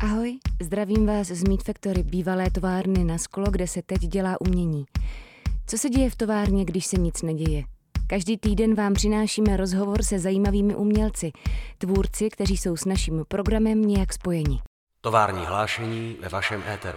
Ahoj, zdravím vás z Meat Factory, bývalé továrny na sklo, kde se teď dělá umění. Co se děje v továrně, když se nic neděje? Každý týden vám přinášíme rozhovor se zajímavými umělci, tvůrci, kteří jsou s naším programem nějak spojeni. Tovární hlášení ve vašem éteru.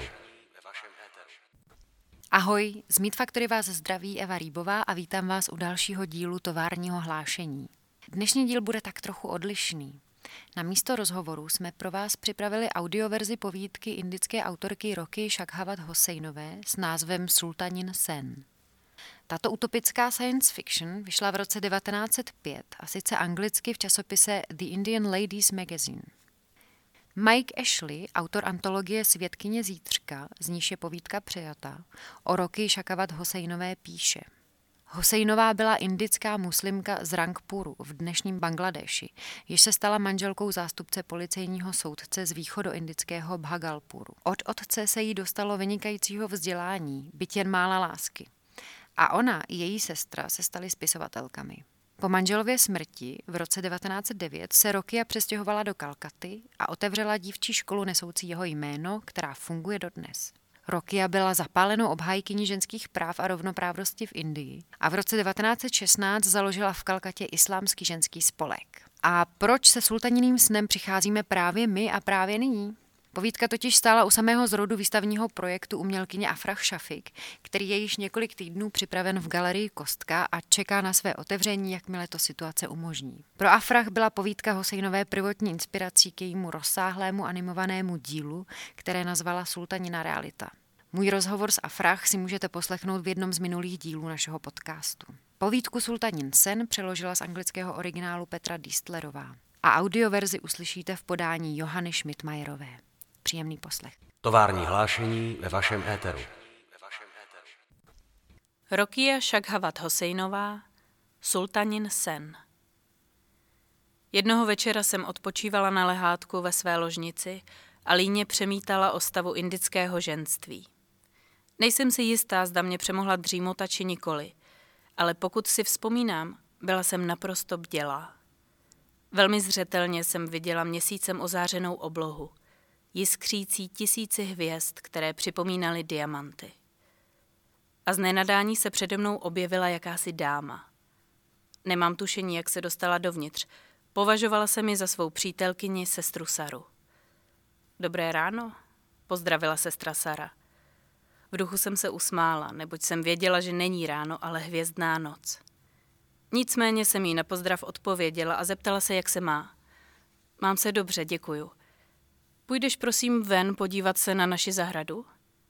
Ahoj, z Meat Factory vás zdraví Eva Rýbová a vítám vás u dalšího dílu továrního hlášení. Dnešní díl bude tak trochu odlišný. Na místo rozhovoru jsme pro vás připravili audioverzi povídky indické autorky Rocky Shakhawat Hossainové s názvem Sultanin sen. Tato utopická science fiction vyšla v roce 1905 a sice anglicky v časopise The Indian Ladies Magazine. Mike Ashley, autor antologie Svědkyně zítřka, z níž je povídka přejata, o Rocky Shakhawat Hossainové píše: Hossainová byla indická muslimka z Rangpuru v dnešním Bangladeši, jež se stala manželkou zástupce policejního soudce z východoindického Bhagalpuru. Od otce se jí dostalo vynikajícího vzdělání, byť jen mála lásky. A ona i její sestra se staly spisovatelkami. Po manželově smrti v roce 1909 se Rokia přestěhovala do Kalkaty a otevřela dívčí školu nesoucí jeho jméno, která funguje dodnes. Rokia byla zapálenou obhájkyní ženských práv a rovnoprávnosti v Indii a v roce 1916 založila v Kalkatě islámský ženský spolek. A proč se sultaniným snem přicházíme právě my a právě nyní? Povídka totiž stála u samého zrodu výstavního projektu umělkyně Afrah Shafik, který je již několik týdnů připraven v galerii Kostka a čeká na své otevření, jakmile to situace umožní. Pro Afrah byla povídka Hossainové prvotní inspirací k jejímu rozsáhlému animovanému dílu, které nazvala Sultanina realita. Můj rozhovor s Afrah si můžete poslechnout v jednom z minulých dílů našeho podcastu. Povídku Sultanin sen přeložila z anglického originálu Petra Distlerová a audioverzi uslyšíte v podání Johany Schmidtmayerové. Příjemný poslech. Tovární hlášení ve vašem éteru. Rokia Shakhawat Hossainová, Sultanin sen. Jednoho večera jsem odpočívala na lehátku ve své ložnici a líně přemítala o stavu indického ženství. Nejsem si jistá, zda mě přemohla dřímota či nikoli, ale pokud si vzpomínám, byla jsem naprosto bdělá. Velmi zřetelně jsem viděla měsícem ozářenou oblohu, jiskřící tisíci hvězd, které připomínaly diamanty. A z nenadání se přede mnou objevila jakási dáma. Nemám tušení, jak se dostala dovnitř. Považovala jsem ji za svou přítelkyni, sestru Saru. Dobré ráno, pozdravila sestra Sara. V duchu jsem se usmála, neboť jsem věděla, že není ráno, ale hvězdná noc. Nicméně jsem jí na pozdrav odpověděla a zeptala se, jak se má. Mám se dobře, děkuju. Půjdeš prosím ven podívat se na naši zahradu?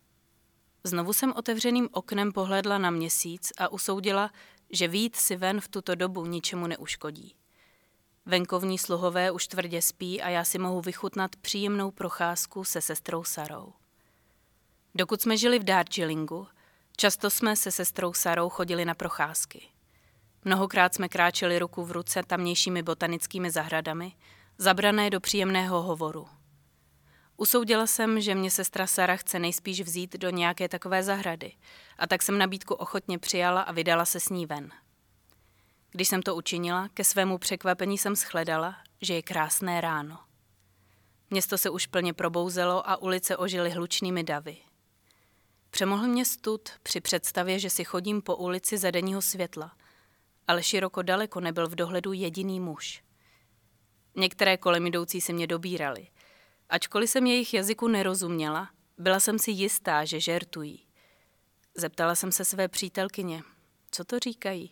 Znovu jsem otevřeným oknem pohlédla na měsíc a usoudila, že vyjít si ven v tuto dobu ničemu neuškodí. Venkovní sluhové už tvrdě spí a já si mohu vychutnat příjemnou procházku se sestrou Sarou. Dokud jsme žili v Darjeelingu, často jsme se sestrou Sarou chodili na procházky. Mnohokrát jsme kráčeli ruku v ruce tamnějšími botanickými zahradami, zabrané do příjemného hovoru. Usoudila jsem, že mě sestra Sara chce nejspíš vzít do nějaké takové zahrady, a tak jsem nabídku ochotně přijala a vydala se s ní ven. Když jsem to učinila, ke svému překvapení jsem shledala, že je krásné ráno. Město se už plně probouzelo a ulice ožily hlučnými davy. Přemohl mě stud při představě, že si chodím po ulici za denního světla, ale široko daleko nebyl v dohledu jediný muž. Některé kolem jdoucí si mě dobírali. Ačkoliv jsem jejich jazyku nerozuměla, byla jsem si jistá, že žertují. Zeptala jsem se své přítelkyně, co to říkají?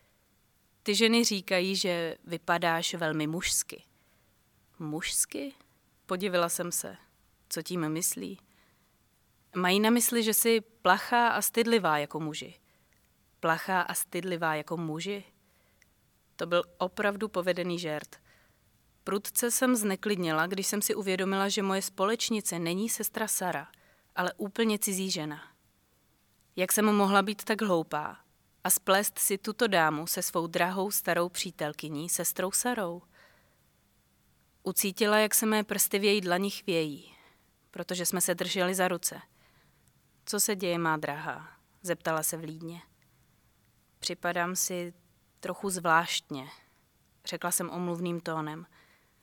Ty ženy říkají, že vypadáš velmi mužsky. Mužsky? Podivila jsem se. Co tím myslí? Mají na mysli, že jsi plachá a stydlivá jako muži. Plachá a stydlivá jako muži? To byl opravdu povedený žert. Prudce jsem zneklidněla, když jsem si uvědomila, že moje společnice není sestra Sara, ale úplně cizí žena. Jak jsem mohla být tak hloupá a splést si tuto dámu se svou drahou starou přítelkyní, sestrou Sarou? Ucítila, jak se mé prsty v její dlani chvějí, protože jsme se drželi za ruce. Co se děje, má drahá? Zeptala se vlídně. Připadám si trochu zvláštně, řekla jsem omluvným tónem.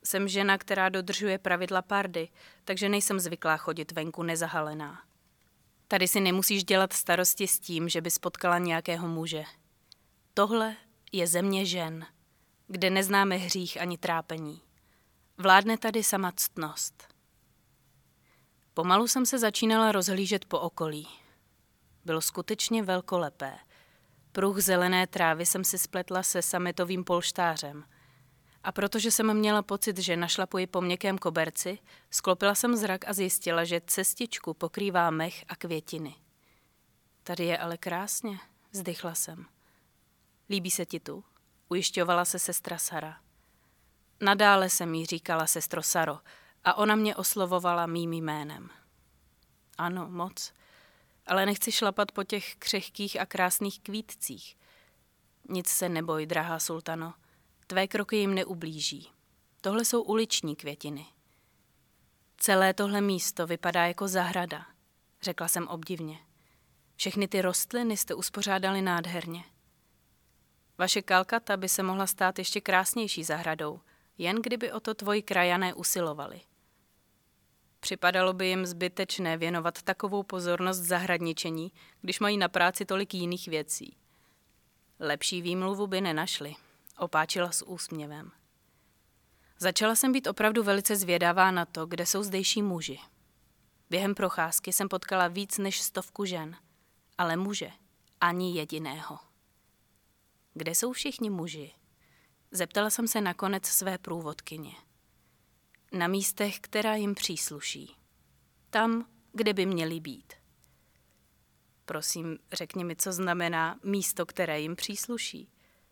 Jsem žena, která dodržuje pravidla pardy, takže nejsem zvyklá chodit venku nezahalená. Tady si nemusíš dělat starosti s tím, že by potkala nějakého muže. Tohle je země žen, kde neznáme hřích ani trápení. Vládne tady sama ctnost. Pomalu jsem se začínala rozhlížet po okolí. Bylo skutečně velkolepé. Pruh zelené trávy jsem si spletla se sametovým polštářem. A protože jsem měla pocit, že našlapuji po měkkém koberci, sklopila jsem zrak a zjistila, že cestičku pokrývá mech a květiny. Tady je ale krásně, vzdychla jsem. Líbí se ti tu? Ujišťovala se sestra Sara. Nadále jsem jí říkala sestro Saro a ona mě oslovovala mým jménem. Ano, moc, ale nechci šlapat po těch křehkých a krásných kvítcích. Nic se neboj, drahá sultano, tvé kroky jim neublíží. Tohle jsou uliční květiny. Celé tohle místo vypadá jako zahrada, řekla jsem obdivně. Všechny ty rostliny jste uspořádali nádherně. Vaše Kalkata by se mohla stát ještě krásnější zahradou, jen kdyby o to tvoji krajané usilovali. Připadalo by jim zbytečné věnovat takovou pozornost zahradničení, když mají na práci tolik jiných věcí. Lepší výmluvu by nenašli, opáčila s úsměvem. Začala jsem být opravdu velice zvědavá na to, kde jsou zdejší muži. Během procházky jsem potkala víc než 100 žen, ale muže ani jediného. Kde jsou všichni muži? Zeptala jsem se nakonec své průvodkyně. Na místech, která jim přísluší. Tam, kde by měli být. Prosím, řekni mi, co znamená místo, které jim přísluší.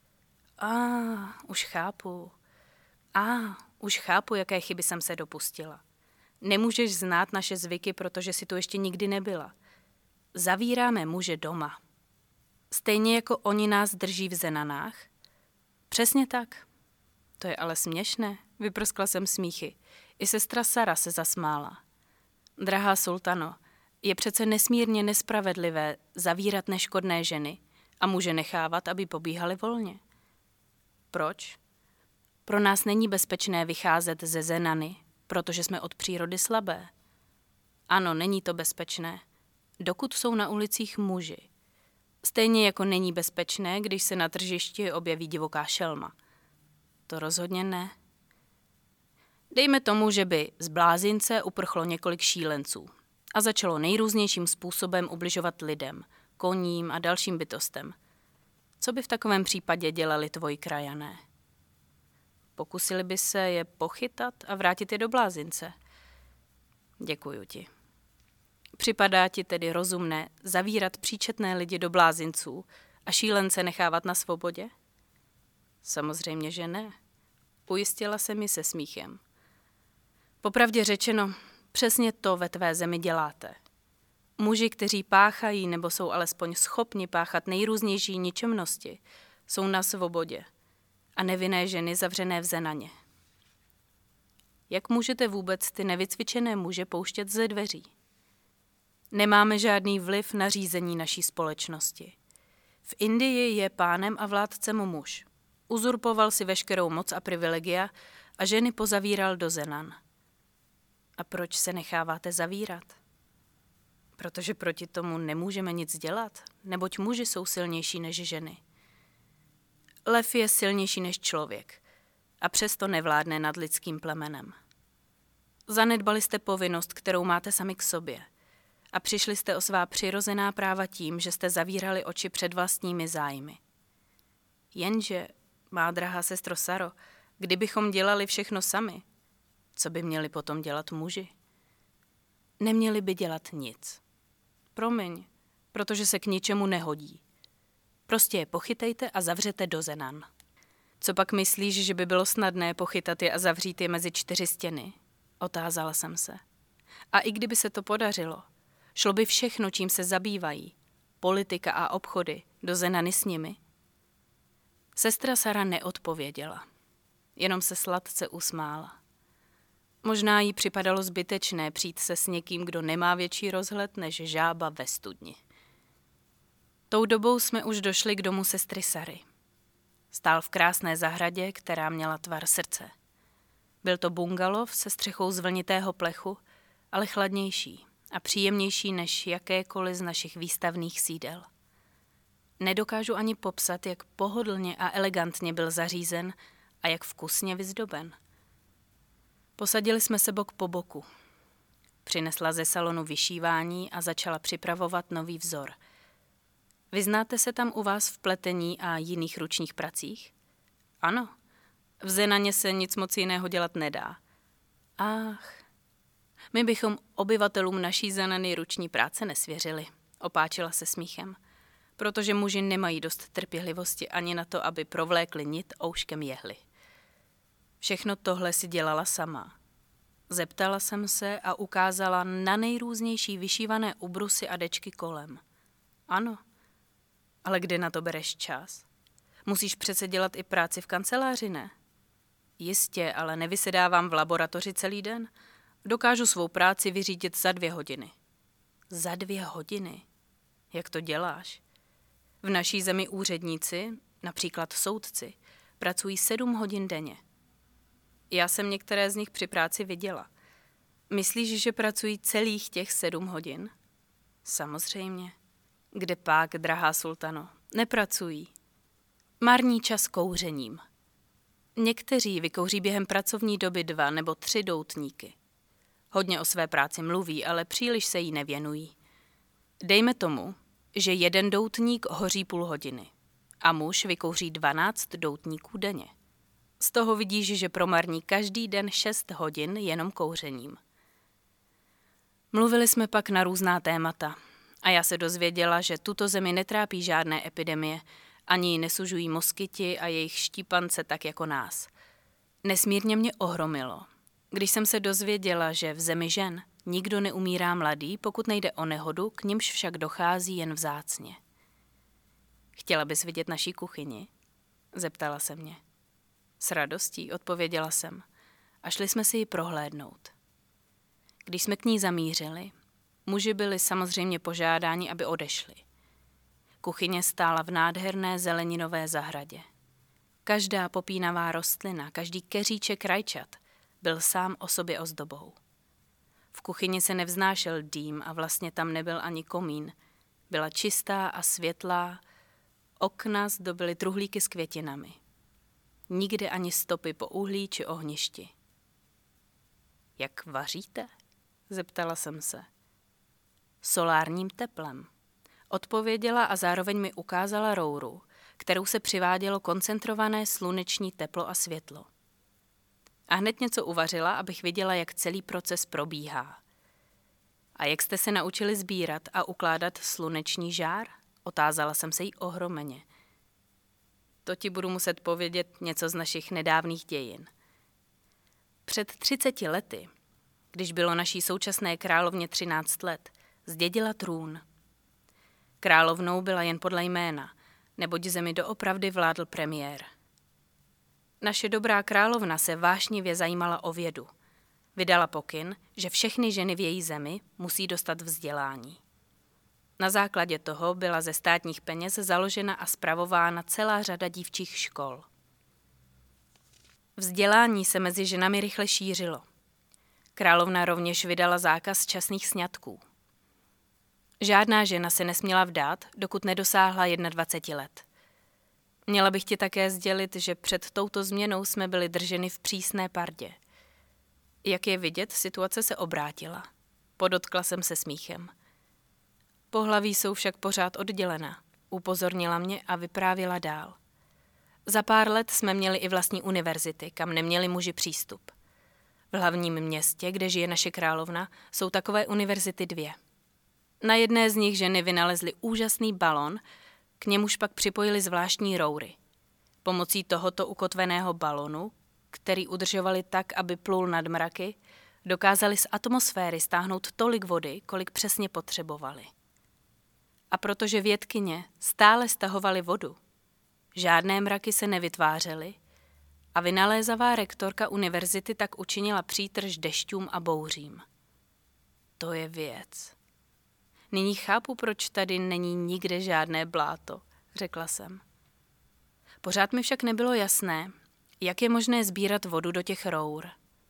Už chápu, jaké chyby jsem se dopustila. Nemůžeš znát naše zvyky, protože si tu ještě nikdy nebyla. Zavíráme muže doma. Stejně jako oni nás drží v zenanách? Přesně tak. To je ale směšné, vyprskla jsem smíchy. I sestra Sara se zasmála. Drahá sultano, je přece nesmírně nespravedlivé zavírat neškodné ženy a muže nechávat, aby pobíhali volně. Proč? Pro nás není bezpečné vycházet ze zenany, protože jsme od přírody slabé. Ano, není to bezpečné, dokud jsou na ulicích muži. Stejně jako není bezpečné, když se na tržišti objeví divoká šelma. To rozhodně ne. Dejme tomu, že by z blázince uprchlo několik šílenců a začalo nejrůznějším způsobem ubližovat lidem, koním a dalším bytostem. Co by v takovém případě dělali tvoji krajané? Pokusili by se je pochytat a vrátit je do blázince. Děkuju ti. Připadá ti tedy rozumné zavírat příčetné lidi do blázinců a šílence nechávat na svobodě? Samozřejmě, že ne. Ujistila se mi se smíchem. Popravdě řečeno, přesně to ve tvé zemi děláte. Muži, kteří páchají nebo jsou alespoň schopni páchat nejrůznější ničemnosti, jsou na svobodě a nevinné ženy zavřené v zenaně. Jak můžete vůbec ty nevycvičené muže pouštět ze dveří? Nemáme žádný vliv na řízení naší společnosti. V Indii je pánem a vládcem muž. Uzurpoval si veškerou moc a privilegia a ženy pozavíral do zenan. A proč se necháváte zavírat? Protože proti tomu nemůžeme nic dělat, neboť muži jsou silnější než ženy. Lev je silnější než člověk a přesto nevládne nad lidským plemenem. Zanedbali jste povinnost, kterou máte sami k sobě a přišli jste o svá přirozená práva tím, že jste zavírali oči před vlastními zájmy. Jenže, má drahá sestro Saro, kdybychom dělali všechno sami, co by měli potom dělat muži? Neměli by dělat nic. Promiň, protože se k ničemu nehodí. Prostě je pochytejte a zavřete do zenan. Co pak myslíš, že by bylo snadné pochytat je a zavřít je mezi 4 stěny? Otázala jsem se. A i kdyby se to podařilo, šlo by všechno, čím se zabývají, politika a obchody, do zenany s nimi? Sestra Sara neodpověděla, jenom se sladce usmála. Možná jí připadalo zbytečné přijít se s někým, kdo nemá větší rozhled než žába ve studni. Tou dobou jsme už došli k domu sestry Sary. Stál v krásné zahradě, která měla tvar srdce. Byl to bungalov se střechou z vlnitého plechu, ale chladnější a příjemnější než jakékoliv z našich výstavných sídel. Nedokážu ani popsat, jak pohodlně a elegantně byl zařízen a jak vkusně vyzdoben. Posadili jsme se bok po boku. Přinesla ze salonu vyšívání a začala připravovat nový vzor. Vyznáte se tam u vás v pletení a jiných ručních pracích? Ano, v Zenaně se nic moc jiného dělat nedá. Ach, my bychom obyvatelům naší Zenany ruční práce nesvěřili, opáčila se smíchem, protože muži nemají dost trpělivosti ani na to, aby provlékli nit ouškem jehly. Všechno tohle si dělala sama. Zeptala jsem se a ukázala na nejrůznější vyšívané ubrusy a dečky kolem. Ano, ale kde na to bereš čas? Musíš přece dělat i práci v kanceláři, ne? Jistě, ale nevysedávám v laboratoři celý den. Dokážu svou práci vyřídit za 2 hodiny. Za 2 hodiny? Jak to děláš? V naší zemi úředníci, například soudci, pracují 7 hodin denně. Já jsem některé z nich při práci viděla. Myslíš, že pracují celých těch 7 hodin? Samozřejmě. Kde pak, drahá sultano? Nepracují. Marní čas kouřením. Někteří vykouří během pracovní doby 2 nebo 3 doutníky. Hodně o své práci mluví, ale příliš se jí nevěnují. Dejme tomu, že 1 doutník hoří půl hodiny a muž vykouří 12 doutníků denně. Z toho vidíš, že promarní každý den 6 hodin jenom kouřením. Mluvili jsme pak na různá témata a já se dozvěděla, že tuto zemi netrápí žádné epidemie, ani ji nesužují moskyti a jejich štípance tak jako nás. Nesmírně mě ohromilo, když jsem se dozvěděla, že v zemi žen nikdo neumírá mladý, pokud nejde o nehodu, k nimž však dochází jen vzácně. Chtěla bys vidět naší kuchyni? Zeptala se mě. S radostí, odpověděla jsem, a šli jsme si ji prohlédnout. Když jsme k ní zamířili, muži byli samozřejmě požádáni, aby odešli. Kuchyně stála v nádherné zeleninové zahradě. Každá popínavá rostlina, každý keříček rajčat byl sám o sobě ozdobou. V kuchyni se nevznášel dým a vlastně tam nebyl ani komín. Byla čistá a světlá, okna zdobily truhlíky s květinami. Nikde ani stopy po uhlí či ohništi. Jak vaříte? Zeptala jsem se. Solárním teplem. Odpověděla a zároveň mi ukázala rouru, kterou se přivádělo koncentrované sluneční teplo a světlo. A hned něco uvařila, abych viděla, jak celý proces probíhá. A jak jste se naučili sbírat a ukládat sluneční žár? Otázala jsem se jí ohromeně. To ti budu muset povědět něco z našich nedávných dějin. Před 30 lety, když bylo naší současné královně 13 let, zdědila trůn. Královnou byla jen podle jména, neboť zemi doopravdy vládl premiér. Naše dobrá královna se vášnivě zajímala o vědu. Vydala pokyn, že všechny ženy v její zemi musí dostat vzdělání. Na základě toho byla ze státních peněz založena a spravována celá řada dívčích škol. Vzdělání se mezi ženami rychle šířilo. Královna rovněž vydala zákaz časných sňatků. Žádná žena se nesměla vdát, dokud nedosáhla 21 let. Měla bych ti také sdělit, že před touto změnou jsme byli drženi v přísné pardě. Jak je vidět, situace se obrátila. Podotkla jsem se smíchem. Pohlaví jsou však pořád oddělena, upozornila mě a vyprávěla dál. Za pár let jsme měli i vlastní univerzity, kam neměli muži přístup. V hlavním městě, kde žije naše královna, jsou takové univerzity 2. Na jedné z nich ženy vynalezly úžasný balon, k němuž pak připojili zvláštní roury. Pomocí tohoto ukotveného balonu, který udržovali tak, aby plul nad mraky, dokázali z atmosféry stáhnout tolik vody, kolik přesně potřebovali. A protože vědkyně stále stahovaly vodu, žádné mraky se nevytvářely a vynalézavá rektorka univerzity tak učinila přítrž dešťům a bouřím. To je věc. Nyní chápu, proč tady není nikde žádné bláto, řekla jsem. Pořád mi však nebylo jasné, jak je možné sbírat vodu do těch rour.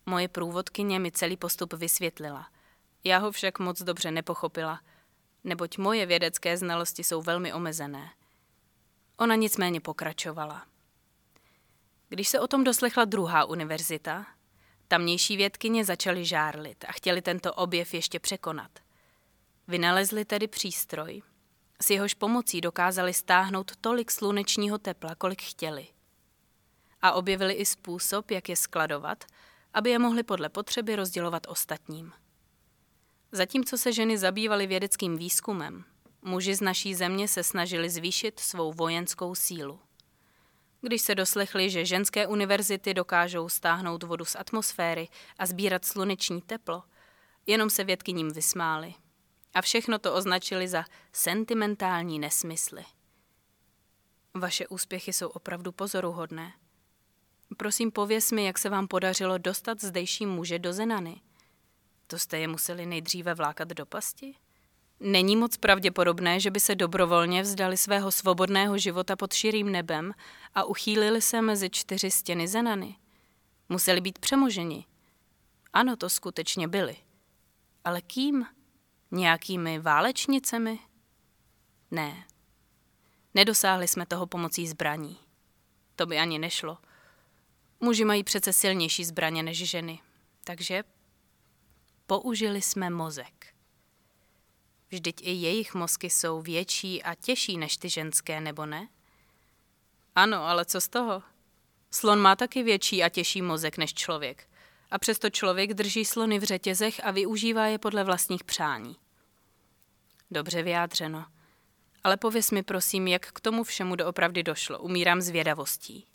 Moje průvodkyně mi celý postup vysvětlila. Já ho však moc dobře nepochopila, neboť moje vědecké znalosti jsou velmi omezené. Ona nicméně pokračovala. Když se o tom doslechla druhá univerzita, tamnější vědkyně začaly žárlit a chtěli tento objev ještě překonat. Vynalezli tedy přístroj, s jehož pomocí dokázali stáhnout tolik slunečního tepla, kolik chtěli. A objevili i způsob, jak je skladovat, aby je mohli podle potřeby rozdělovat ostatním. Zatímco se ženy zabývaly vědeckým výzkumem, muži z naší země se snažili zvýšit svou vojenskou sílu. Když se doslechli, že ženské univerzity dokážou stáhnout vodu z atmosféry a sbírat sluneční teplo, jenom se vědkyním vysmáli. A všechno to označili za sentimentální nesmysly. Vaše úspěchy jsou opravdu pozoruhodné. Prosím, pověz mi, jak se vám podařilo dostat zdejší muže do Zenany. To jste je museli nejdříve vlákat do pasti? Není moc pravděpodobné, že by se dobrovolně vzdali svého svobodného života pod širým nebem a uchýlili se mezi 4 stěny Zenany. Museli být přemoženi. Ano, to skutečně byli. Ale kým? Nějakými válečnicemi? Ne. Nedosáhli jsme toho pomocí zbraní. To by ani nešlo. Muži mají přece silnější zbraně než ženy. Takže použili jsme mozek. Vždyť i jejich mozky jsou větší a těžší než ty ženské, nebo ne? Ano, ale co z toho? Slon má taky větší a těžší mozek než člověk. A přesto člověk drží slony v řetězech a využívá je podle vlastních přání. Dobře vyjádřeno. Ale pověz mi prosím, jak k tomu všemu doopravdy došlo. Umírám zvědavostí.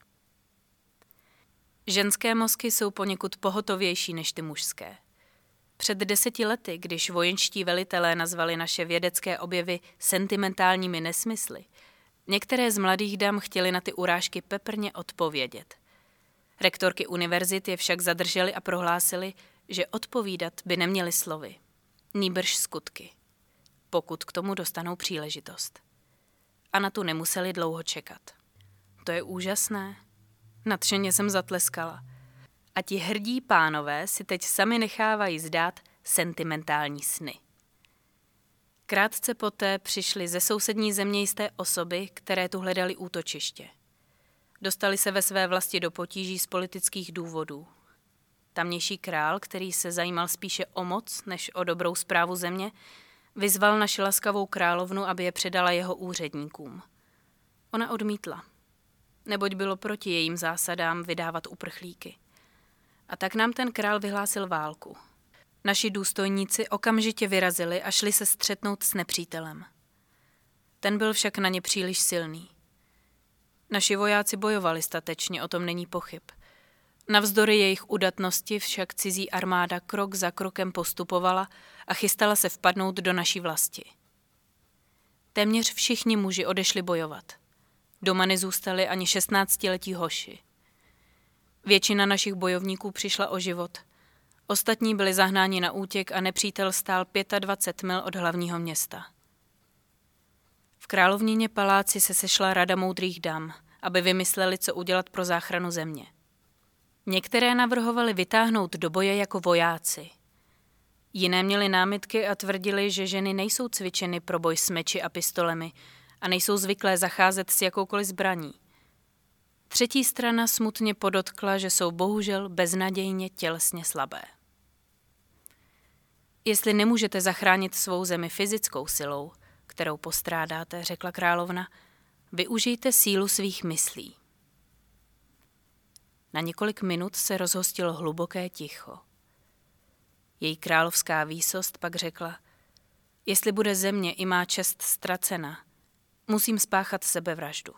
Ženské mozky jsou poněkud pohotovější než ty mužské. Před 10 lety, když vojenští velitelé nazvali naše vědecké objevy sentimentálními nesmysly, některé z mladých dam chtěly na ty urážky peprně odpovědět. Rektorky univerzit je však zadržely a prohlásily, že odpovídat by neměly slovy, nýbrž skutky, pokud k tomu dostanou příležitost. A na tu nemuseli dlouho čekat. To je úžasné. Nadšeně jsem zatleskala. A ti hrdí pánové si teď sami nechávají zdát sentimentální sny. Krátce poté přišly ze sousední země jisté osoby, které tu hledali útočiště. Dostali se ve své vlasti do potíží z politických důvodů. Tamnější král, který se zajímal spíše o moc než o dobrou správu země, vyzval naši laskavou královnu, aby je předala jeho úředníkům. Ona odmítla, neboť bylo proti jejím zásadám vydávat uprchlíky. A tak nám ten král vyhlásil válku. Naši důstojníci okamžitě vyrazili a šli se střetnout s nepřítelem. Ten byl však na ně příliš silný. Naši vojáci bojovali statečně, o tom není pochyb. Navzdory jejich udatnosti však cizí armáda krok za krokem postupovala a chystala se vpadnout do naší vlasti. Téměř všichni muži odešli bojovat. Doma nezůstali ani 16letí hoši. Většina našich bojovníků přišla o život. Ostatní byli zahnáni na útěk a nepřítel stál 25 mil od hlavního města. V královnině paláci se sešla rada moudrých dam, aby vymysleli, co udělat pro záchranu země. Některé navrhovali vytáhnout do boje jako vojáci. Jiné měly námitky a tvrdili, že ženy nejsou cvičeny pro boj s meči a pistolemi a nejsou zvyklé zacházet s jakoukoliv zbraní. Třetí strana smutně podotkla, že jsou bohužel beznadějně tělesně slabé. Jestli nemůžete zachránit svou zemi fyzickou silou, kterou postrádáte, řekla královna, využijte sílu svých myslí. Na několik minut se rozhostilo hluboké ticho. Její královská výsost pak řekla, jestli bude země i má čest ztracena, musím spáchat sebevraždu.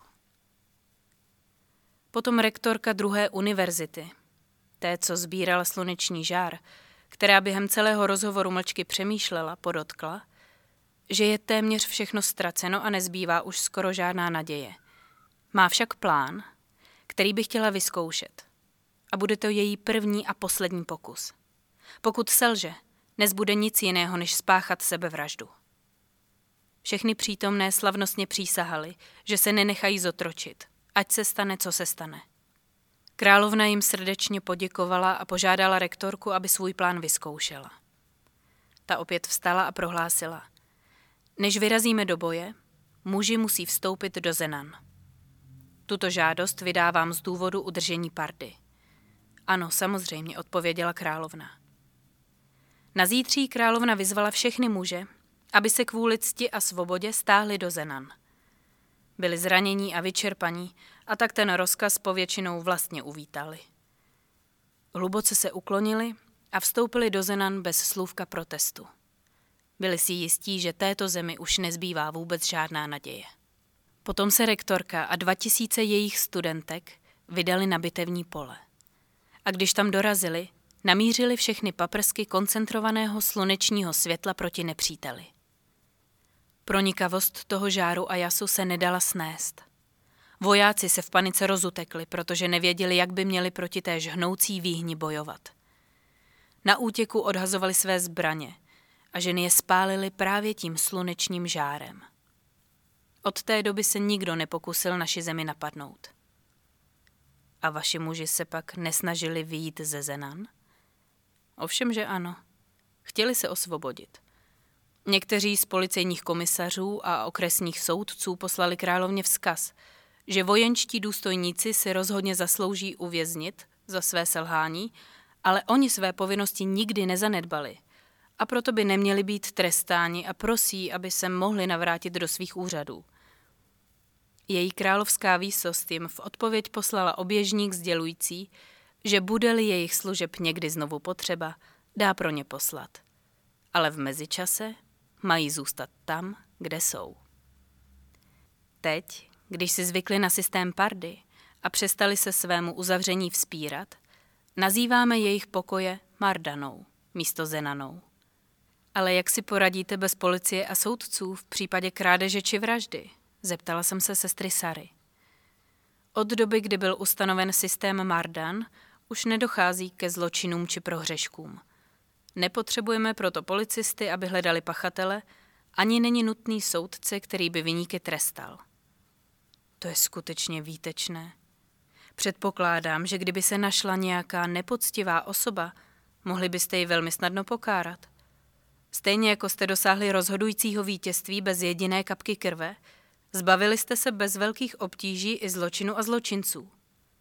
Potom rektorka druhé univerzity, té, co sbírala sluneční žár, která během celého rozhovoru mlčky přemýšlela, podotkla, že je téměř všechno ztraceno a nezbývá už skoro žádná naděje. Má však plán, který by chtěla vyzkoušet. A bude to její první a poslední pokus. Pokud selže, nezbude nic jiného, než spáchat sebevraždu. Všechny přítomné slavnostně přísahali, že se nenechají zotročit, ať se stane, co se stane. Královna jim srdečně poděkovala a požádala rektorku, aby svůj plán vyzkoušela. Ta opět vstala a prohlásila: než vyrazíme do boje, muži musí vstoupit do Zenan. Tuto žádost vydávám z důvodu udržení Pardy. Ano, samozřejmě, odpověděla královna. Na zítří královna vyzvala všechny muže, aby se kvůli cti a svobodě stáhli do Zenan. Byli zranění a vyčerpaní a tak ten rozkaz povětšinou vlastně uvítali. Hluboce se uklonili a vstoupili do Zenan bez slůvka protestu. Byli si jistí, že této zemi už nezbývá vůbec žádná naděje. Potom se rektorka a 2000 jejich studentek vydali na bitevní pole. A když tam dorazili, namířili všechny paprsky koncentrovaného slunečního světla proti nepříteli. Pronikavost toho žáru a jasu se nedala snést. Vojáci se v panice rozutekli, protože nevěděli, jak by měli proti té žhnoucí výhni bojovat. Na útěku odhazovali své zbraně a ženy je spálily právě tím slunečním žárem. Od té doby se nikdo nepokusil naši zemi napadnout. A vaši muži se pak nesnažili vyjít ze Zenan? Ovšem, že ano. Chtěli se osvobodit. Někteří z policejních komisařů a okresních soudců poslali královně vzkaz, že vojenští důstojníci si rozhodně zaslouží uvěznit za své selhání, ale oni své povinnosti nikdy nezanedbali a proto by neměli být trestáni a prosí, aby se mohli navrátit do svých úřadů. Její královská výsost jim v odpověď poslala oběžník sdělující, že bude-li jejich služeb někdy znovu potřeba, dá pro ně poslat. Ale v mezičase mají zůstat tam, kde jsou. Teď, když si zvykli na systém Pardy a přestali se svému uzavření vzpírat, nazýváme jejich pokoje Mardanou místo Zenanou. Ale jak si poradíte bez policie a soudců v případě krádeže či vraždy? Zeptala jsem se sestry Sary. Od doby, kdy byl ustanoven systém Mardan, už nedochází ke zločinům či prohřeškům. Nepotřebujeme proto policisty, aby hledali pachatele, ani není nutný soudce, který by viníky trestal. To je skutečně výtečné. Předpokládám, že kdyby se našla nějaká nepoctivá osoba, mohli byste ji velmi snadno pokárat. Stejně jako jste dosáhli rozhodujícího vítězství bez jediné kapky krve, zbavili jste se bez velkých obtíží i zločinu a zločinců.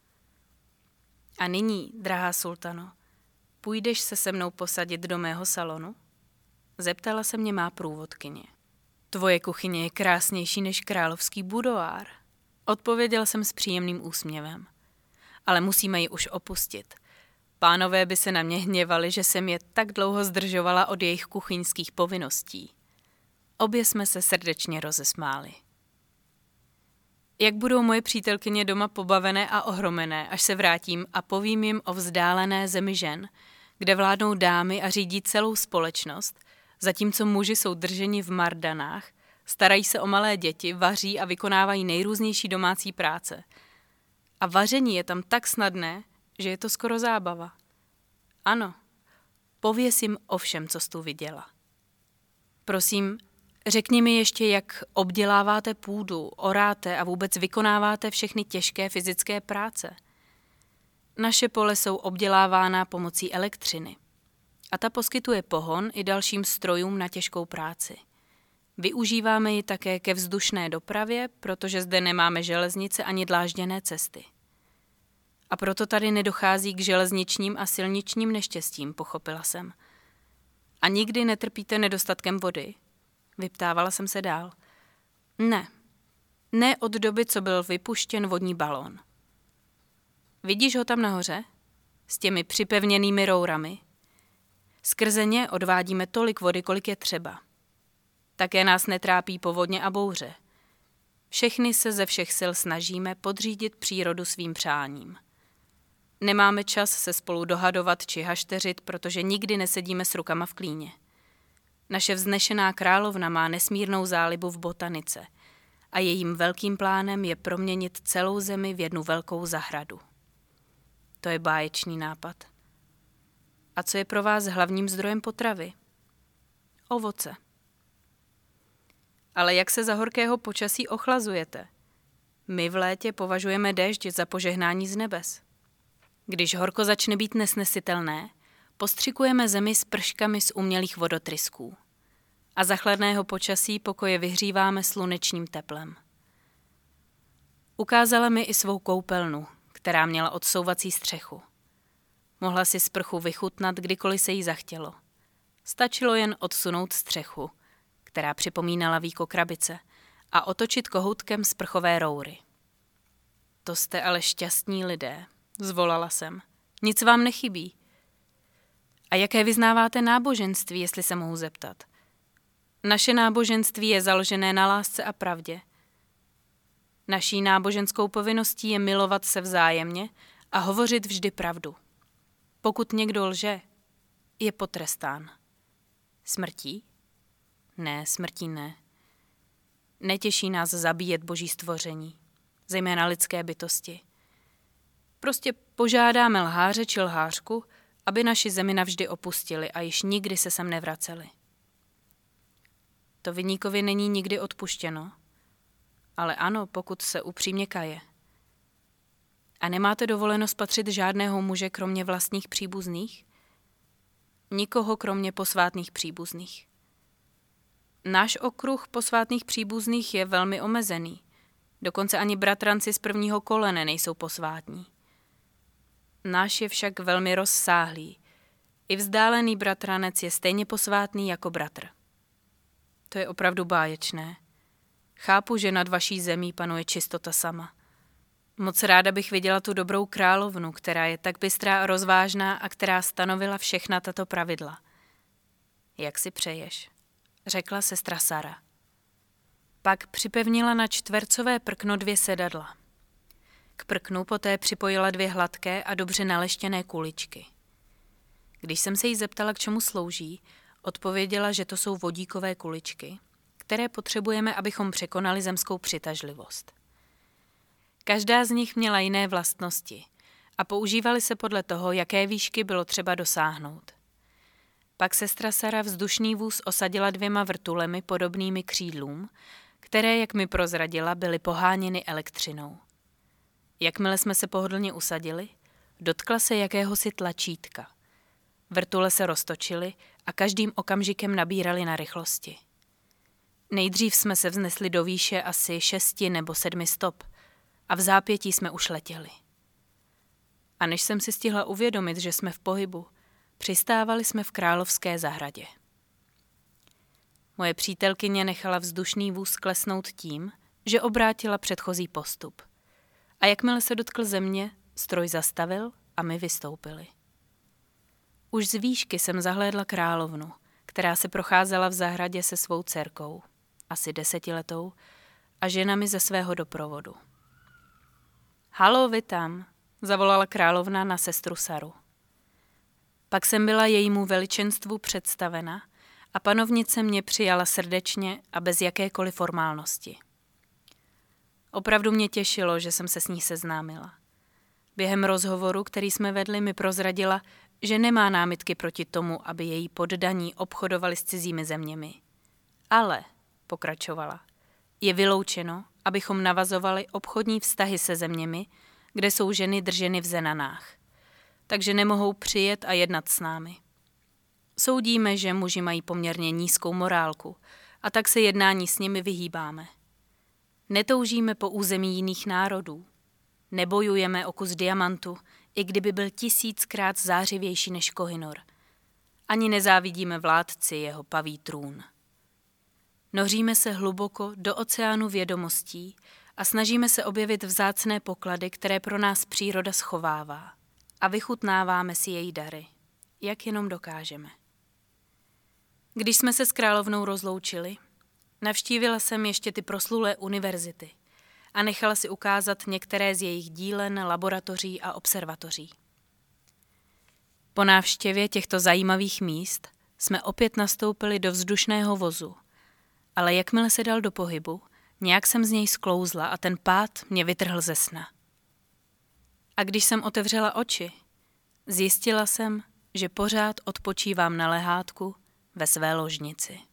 A nyní, drahá sultano, půjdeš se mnou posadit do mého salonu? Zeptala se mě má průvodkyně. Tvoje kuchyně je krásnější než královský budoár. Odpověděl jsem s příjemným úsměvem. Ale musíme ji už opustit. Pánové by se na mě hněvali, že jsem je tak dlouho zdržovala od jejich kuchyňských povinností. Obě jsme se srdečně rozesmáli. Jak budou moje přítelkyně doma pobavené a ohromené, až se vrátím a povím jim o vzdálené zemi žen, kde vládnou dámy a řídí celou společnost, zatímco muži jsou drženi v mardanách, starají se o malé děti, vaří a vykonávají nejrůznější domácí práce. A vaření je tam tak snadné, že je to skoro zábava. Ano, pověz jim o všem, co jsi tu viděla. Prosím, řekni mi ještě, jak obděláváte půdu, oráte a vůbec vykonáváte všechny těžké fyzické práce. Naše pole jsou obdělávána pomocí elektřiny a ta poskytuje pohon i dalším strojům na těžkou práci. Využíváme ji také ke vzdušné dopravě, protože zde nemáme železnice ani dlážděné cesty. A proto tady nedochází k železničním a silničním neštěstím, pochopila jsem. A nikdy netrpíte nedostatkem vody? Vyptávala jsem se dál. Ne od doby, co byl vypuštěn vodní balón. Vidíš ho tam nahoře? S těmi připevněnými rourami? Skrze ně odvádíme tolik vody, kolik je třeba. Také nás netrápí povodně a bouře. Všechny se ze všech sil snažíme podřídit přírodu svým přáním. Nemáme čas se spolu dohadovat či hašteřit, protože nikdy nesedíme s rukama v klíně. Naše vznešená královna má nesmírnou zálibu v botanice a jejím velkým plánem je proměnit celou zemi v jednu velkou zahradu. To je báječný nápad. A co je pro vás hlavním zdrojem potravy? Ovoce. Ale jak se za horkého počasí ochlazujete? My v létě považujeme déšť za požehnání z nebes. Když horko začne být nesnesitelné, postřikujeme zemi sprškami z umělých vodotrysků. A za chladného počasí pokoje vyhříváme slunečním teplem. Ukázala mi i svou koupelnu, která měla odsouvací střechu. Mohla si sprchu vychutnat, kdykoliv se jí zachtělo. Stačilo jen odsunout střechu, která připomínala víko krabice, a otočit kohoutkem sprchové roury. To jste ale šťastní lidé, zvolala jsem. Nic vám nechybí. A jaké vyznáváte náboženství, jestli se mohu zeptat? Naše náboženství je založené na lásce a pravdě. Naší náboženskou povinností je milovat se vzájemně a hovořit vždy pravdu. Pokud někdo lže, je potrestán. Smrtí? Ne, smrtí ne. Netěší nás zabíjet boží stvoření, zejména lidské bytosti. Prostě požádáme lháře či lhářku, aby naši zemi navždy opustili a již nikdy se sem nevraceli. To viníkovi není nikdy odpuštěno, ale ano, pokud se upřímně kaje. A nemáte dovoleno spatřit žádného muže kromě vlastních příbuzných? Nikoho kromě posvátných příbuzných. Náš okruh posvátných příbuzných je velmi omezený. Dokonce ani bratranci z prvního kolene nejsou posvátní. Náš je však velmi rozsáhlý. I vzdálený bratranec je stejně posvátný jako bratr. To je opravdu báječné. Chápu, že nad vaší zemí panuje čistota sama. Moc ráda bych viděla tu dobrou královnu, která je tak bystrá a rozvážná a která stanovila všechna tato pravidla. Jak si přeješ, řekla sestra Sara. Pak připevnila na čtvercové prkno 2 sedadla. K prknu poté připojila 2 hladké a dobře naleštěné kuličky. Když jsem se jí zeptala, k čemu slouží, odpověděla, že to jsou vodíkové kuličky, které potřebujeme, abychom překonali zemskou přitažlivost. Každá z nich měla jiné vlastnosti a používaly se podle toho, jaké výšky bylo třeba dosáhnout. Pak sestra Sara vzdušný vůz osadila 2 vrtulemi podobnými křídlům, které, jak mi prozradila, byly poháněny elektřinou. Jakmile jsme se pohodlně usadili, dotkla se jakéhosi tlačítka. Vrtule se roztočily a každým okamžikem nabírali na rychlosti. Nejdřív jsme se vznesli do výše asi 6 nebo 7 stop a v zápětí jsme už letěli. A než jsem si stihla uvědomit, že jsme v pohybu, přistávali jsme v královské zahradě. Moje přítelkyně nechala vzdušný vůz klesnout tím, že obrátila předchozí postup. A jakmile se dotkl země, stroj zastavil a my vystoupili. Už z výšky jsem zahlédla královnu, která se procházela v zahradě se svou dcerkou, asi 10letou, a ženami ze svého doprovodu. Halo, vy tam, zavolala královna na sestru Saru. Pak jsem byla jejímu veličenstvu představena a panovnice mě přijala srdečně a bez jakékoliv formálnosti. Opravdu mě těšilo, že jsem se s ní seznámila. Během rozhovoru, který jsme vedli, mi prozradila, že nemá námitky proti tomu, aby její poddaní obchodovali s cizími zeměmi. Ale, pokračovala, je vyloučeno, abychom navazovali obchodní vztahy se zeměmi, kde jsou ženy drženy v zenanách. Takže nemohou přijet a jednat s námi. Soudíme, že muži mají poměrně nízkou morálku a tak se jednání s nimi vyhýbáme. Netoužíme po území jiných národů. Nebojujeme o kus diamantu, i kdyby byl 1000krát zářivější než Kohinor. Ani nezávidíme vládci jeho paví trůn. Noříme se hluboko do oceánu vědomostí a snažíme se objevit vzácné poklady, které pro nás příroda schovává. A vychutnáváme si její dary, jak jenom dokážeme. Když jsme se s královnou rozloučili, navštívila jsem ještě ty proslulé univerzity a nechala si ukázat některé z jejich dílen, laboratoří a observatoří. Po návštěvě těchto zajímavých míst jsme opět nastoupili do vzdušného vozu, ale jakmile se dal do pohybu, nějak jsem z něj sklouzla a ten pád mě vytrhl ze sna. A když jsem otevřela oči, zjistila jsem, že pořád odpočívám na lehátku ve své ložnici.